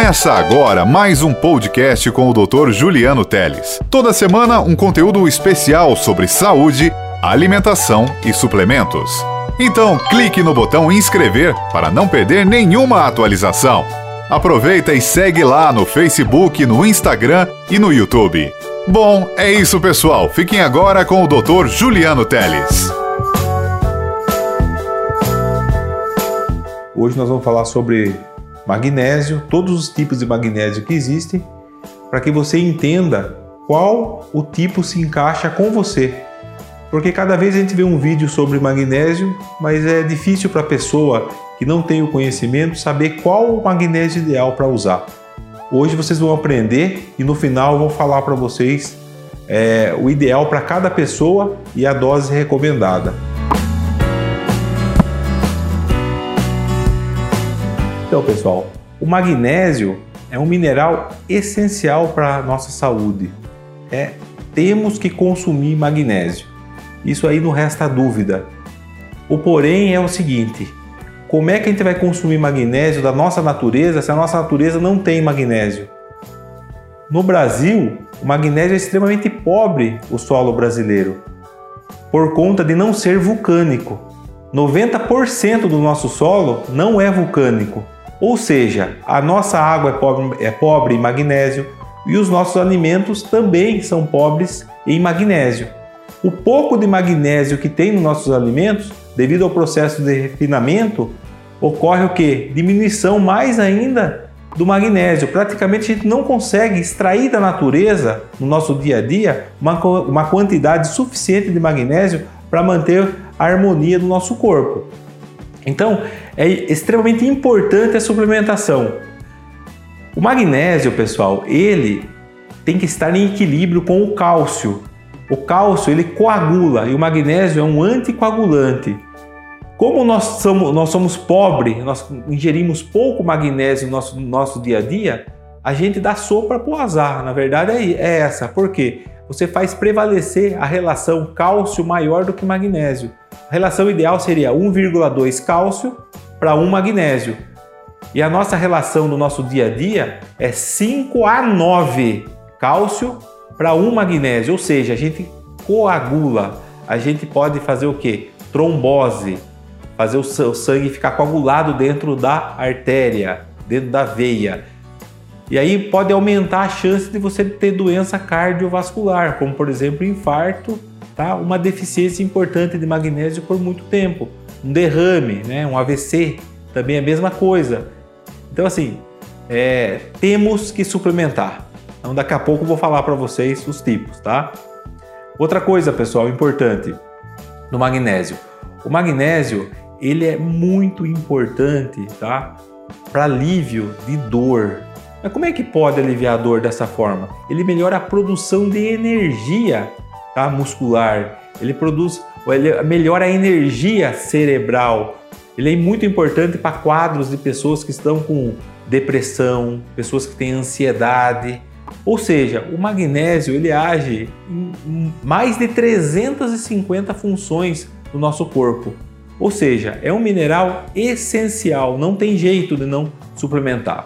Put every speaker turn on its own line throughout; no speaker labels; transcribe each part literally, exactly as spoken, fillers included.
Começa agora mais um podcast com o doutor Juliano Teles. Toda semana um conteúdo especial sobre saúde, alimentação e suplementos. Então clique no botão inscrever para não perder nenhuma atualização. Aproveita e segue lá no Facebook, no Instagram e no YouTube. Bom, é isso pessoal. Fiquem agora com o doutor Juliano Teles.
Hoje nós vamos falar sobre magnésio, todos os tipos de magnésio que existem, para que você entenda qual o tipo se encaixa com você. Porque cada vez a gente vê um vídeo sobre magnésio, mas é difícil para a pessoa que não tem o conhecimento saber qual o magnésio ideal para usar. Hoje vocês vão aprender e no final eu vou falar para vocês é, o ideal para cada pessoa e a dose recomendada. Então, pessoal, o magnésio é um mineral essencial para a nossa saúde. É, temos que consumir magnésio. Isso aí não resta dúvida. O porém é o seguinte: como é que a gente vai consumir magnésio da nossa natureza se a nossa natureza não tem magnésio? No Brasil, o magnésio é extremamente pobre, o solo brasileiro, por conta de não ser vulcânico. noventa por cento do nosso solo não é vulcânico. Ou seja, a nossa água é pobre, é pobre em magnésio e os nossos alimentos também são pobres em magnésio. O pouco de magnésio que tem nos nossos alimentos, devido ao processo de refinamento, ocorre o quê? Diminuição mais ainda do magnésio. Praticamente a gente não consegue extrair da natureza, no nosso dia a dia, uma, uma quantidade suficiente de magnésio para manter a harmonia do nosso corpo. Então, é extremamente importante a suplementação. O magnésio, pessoal, ele tem que estar em equilíbrio com o cálcio. O cálcio, ele coagula e o magnésio é um anticoagulante. Como nós somos, nós somos pobres, nós ingerimos pouco magnésio no nosso, no nosso dia a dia, a gente dá sopa para o azar. Na verdade é, é essa. Por quê? Você faz prevalecer a relação cálcio maior do que magnésio. A relação ideal seria um vírgula dois cálcio para um magnésio. E a nossa relação no nosso dia a dia é cinco a nove cálcio para um magnésio. Ou seja, a gente coagula. A gente pode fazer o quê? Trombose. Fazer o sangue ficar coagulado dentro da artéria, dentro da veia. E aí pode aumentar a chance de você ter doença cardiovascular, como por exemplo infarto, tá? Uma deficiência importante de magnésio por muito tempo, um derrame, né? Um A V C, também é a mesma coisa. Então assim, é, temos que suplementar. Então daqui a pouco eu vou falar para vocês os tipos, tá? Outra coisa, pessoal, importante no magnésio. O magnésio, ele é muito importante, tá? Para alívio de dor. Mas como é que pode aliviar a dor dessa forma? Ele melhora a produção de energia, tá, muscular. Ele produz, ele melhora a energia cerebral. Ele é muito importante para quadros de pessoas que estão com depressão, pessoas que têm ansiedade. Ou seja, o magnésio ele age em mais de trezentas e cinquenta funções do nosso corpo. Ou seja, é um mineral essencial, não tem jeito de não suplementar.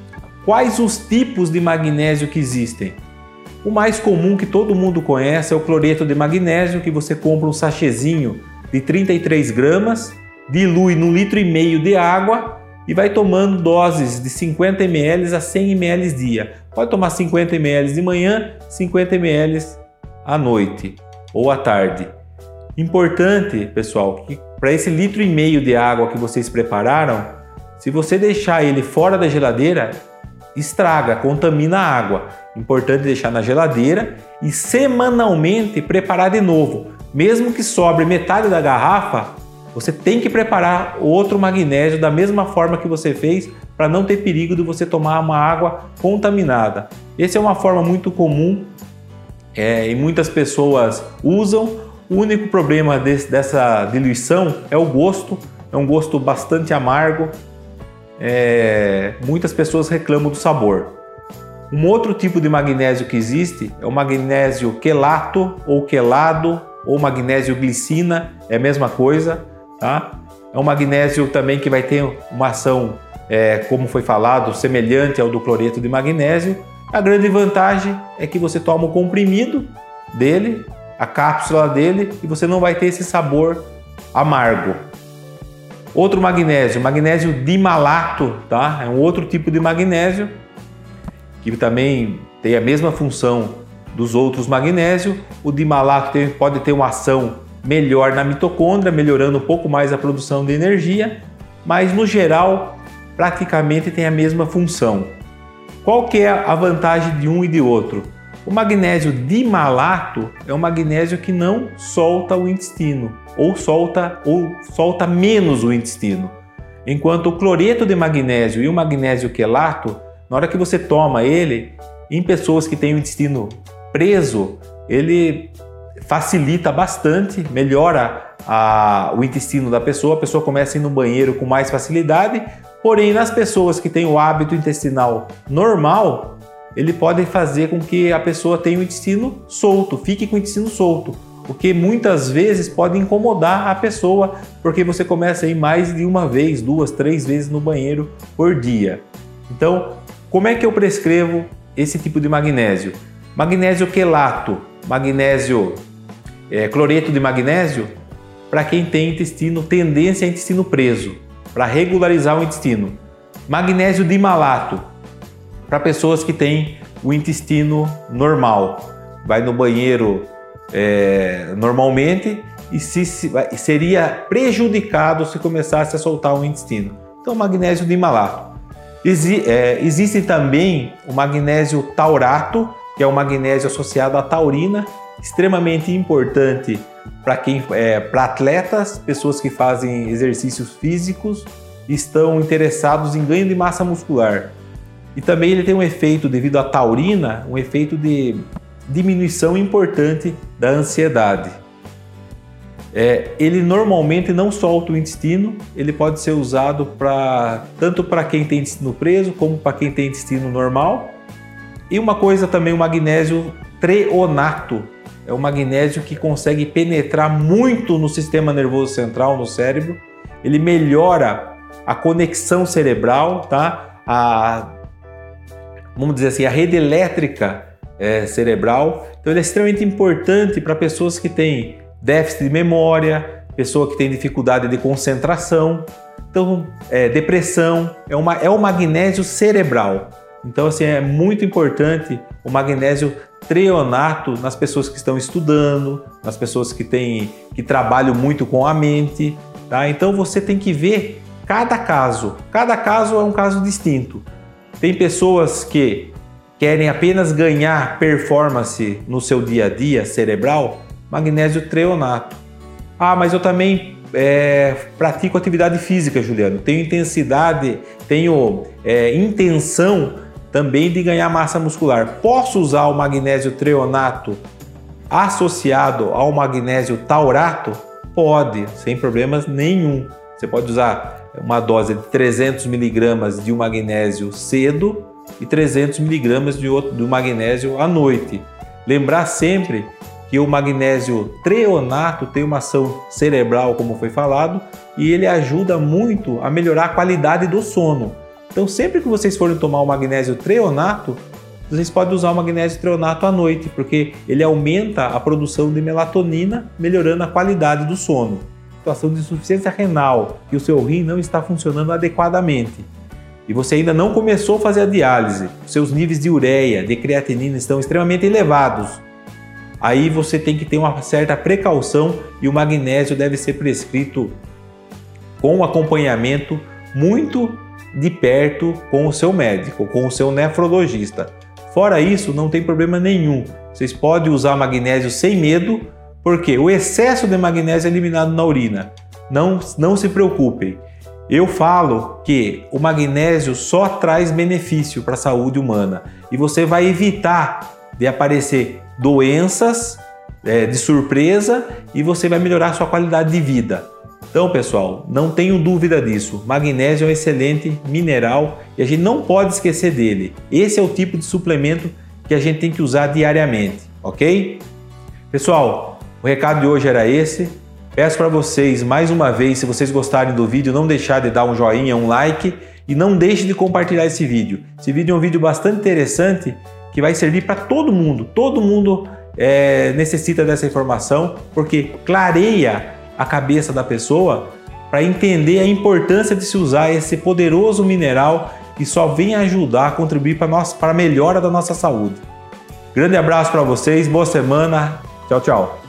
Quais os tipos de magnésio que existem? O mais comum que todo mundo conhece é o cloreto de magnésio, que você compra um sachêzinho de trinta e três gramas, dilui num litro e meio de água e vai tomando doses de cinquenta mililitros a cem mililitros dia. Pode tomar cinquenta mililitros de manhã, cinquenta mililitros à noite ou à tarde. Importante, pessoal, que para esse litro e meio de água que vocês prepararam, se você deixar ele fora da geladeira, estraga, contamina a água. Importante deixar na geladeira e semanalmente preparar de novo. Mesmo que sobre metade da garrafa, você tem que preparar outro magnésio da mesma forma que você fez para não ter perigo de você tomar uma água contaminada. Essa é uma forma muito comum é, e muitas pessoas usam. O único problema desse, dessa diluição é o gosto. É um gosto bastante amargo. É, muitas pessoas reclamam do sabor. Um outro tipo de magnésio que existe é o magnésio quelato ou quelado ou magnésio glicina, é a mesma coisa, tá? É um magnésio também que vai ter uma ação é, como foi falado, semelhante ao do cloreto de magnésio. A grande vantagem é que você toma o comprimido dele, a cápsula dele, e você não vai ter esse sabor amargo. Outro magnésio, magnésio dimalato, tá? É um outro tipo de magnésio que também tem a mesma função dos outros magnésios. O dimalato tem, pode ter uma ação melhor na mitocôndria, melhorando um pouco mais a produção de energia, mas no geral praticamente tem a mesma função. Qual que é a vantagem de um e de outro? O magnésio dimalato é um magnésio que não solta o intestino, ou solta, ou solta menos o intestino. Enquanto o cloreto de magnésio e o magnésio quelato, na hora que você toma ele, em pessoas que têm o intestino preso, ele facilita bastante, melhora a, o intestino da pessoa, a pessoa começa a ir no banheiro com mais facilidade. Porém, nas pessoas que têm o hábito intestinal normal, ele pode fazer com que a pessoa tenha o intestino solto, fique com o intestino solto, o que muitas vezes pode incomodar a pessoa, porque você começa a ir mais de uma vez, duas, três vezes no banheiro por dia. Então, como é que eu prescrevo esse tipo de magnésio? Magnésio quelato, magnésio é, cloreto de magnésio, para quem tem intestino, tendência a intestino preso, para regularizar o intestino. Magnésio dimalato, para pessoas que têm o intestino normal, vai no banheiro é, normalmente e se, se, seria prejudicado se começasse a soltar o intestino. Então, magnésio dimalato. Exi, é, existe também o magnésio taurato, que é o magnésio associado à taurina, extremamente importante para quem é, para atletas, pessoas que fazem exercícios físicos e estão interessados em ganho de massa muscular. E também ele tem um efeito, devido à taurina, um efeito de diminuição importante da ansiedade. É, ele normalmente não solta o intestino, ele pode ser usado pra, tanto para quem tem intestino preso como para quem tem intestino normal. E uma coisa também, o magnésio treonato, é um magnésio que consegue penetrar muito no sistema nervoso central, no cérebro. Ele melhora a conexão cerebral, tá? A, vamos dizer assim, a rede elétrica é, cerebral. Então ele é extremamente importante para pessoas que têm déficit de memória, pessoa que tem dificuldade de concentração, então é, depressão, é, uma, é o magnésio cerebral. Então assim, é muito importante o magnésio treonato nas pessoas que estão estudando, nas pessoas que, têm, que trabalham muito com a mente, tá? Então você tem que ver cada caso, cada caso é um caso distinto. Tem pessoas que querem apenas ganhar performance no seu dia a dia cerebral, magnésio treonato. Ah, mas eu também é, pratico atividade física, Juliano, tenho intensidade, tenho é, intenção também de ganhar massa muscular. Posso usar o magnésio treonato associado ao magnésio taurato? Pode, sem problemas nenhum. Você pode usar uma dose de trezentos miligramas de um magnésio cedo e trezentos miligramas de outro do magnésio à noite. Lembrar sempre que o magnésio treonato tem uma ação cerebral, como foi falado, e ele ajuda muito a melhorar a qualidade do sono. Então, sempre que vocês forem tomar o magnésio treonato, vocês podem usar o magnésio treonato à noite, porque ele aumenta a produção de melatonina, melhorando a qualidade do sono. Situação de insuficiência renal, que o seu rim não está funcionando adequadamente, e você ainda não começou a fazer a diálise, seus níveis de ureia, de creatinina estão extremamente elevados, aí você tem que ter uma certa precaução e o magnésio deve ser prescrito com acompanhamento muito de perto com o seu médico, com o seu nefrologista. Fora isso, não tem problema nenhum. Vocês podem usar magnésio sem medo, porque o excesso de magnésio é eliminado na urina. Não, não se preocupem. Eu falo que o magnésio só traz benefício para a saúde humana e você vai evitar de aparecer doenças é, de surpresa e você vai melhorar a sua qualidade de vida. Então, pessoal, não tenho dúvida disso. Magnésio é um excelente mineral e a gente não pode esquecer dele. Esse é o tipo de suplemento que a gente tem que usar diariamente, ok? Pessoal, o recado de hoje era esse. Peço para vocês, mais uma vez, se vocês gostarem do vídeo, não deixar de dar um joinha, um like E não deixe de compartilhar esse vídeo. Esse vídeo é um vídeo bastante interessante que vai servir para todo mundo. Todo mundo é, necessita dessa informação, porque clareia a cabeça da pessoa para entender a importância de se usar esse poderoso mineral que só vem ajudar a contribuir para nossa, para a melhora da nossa saúde. Grande abraço para vocês, boa semana, tchau, tchau.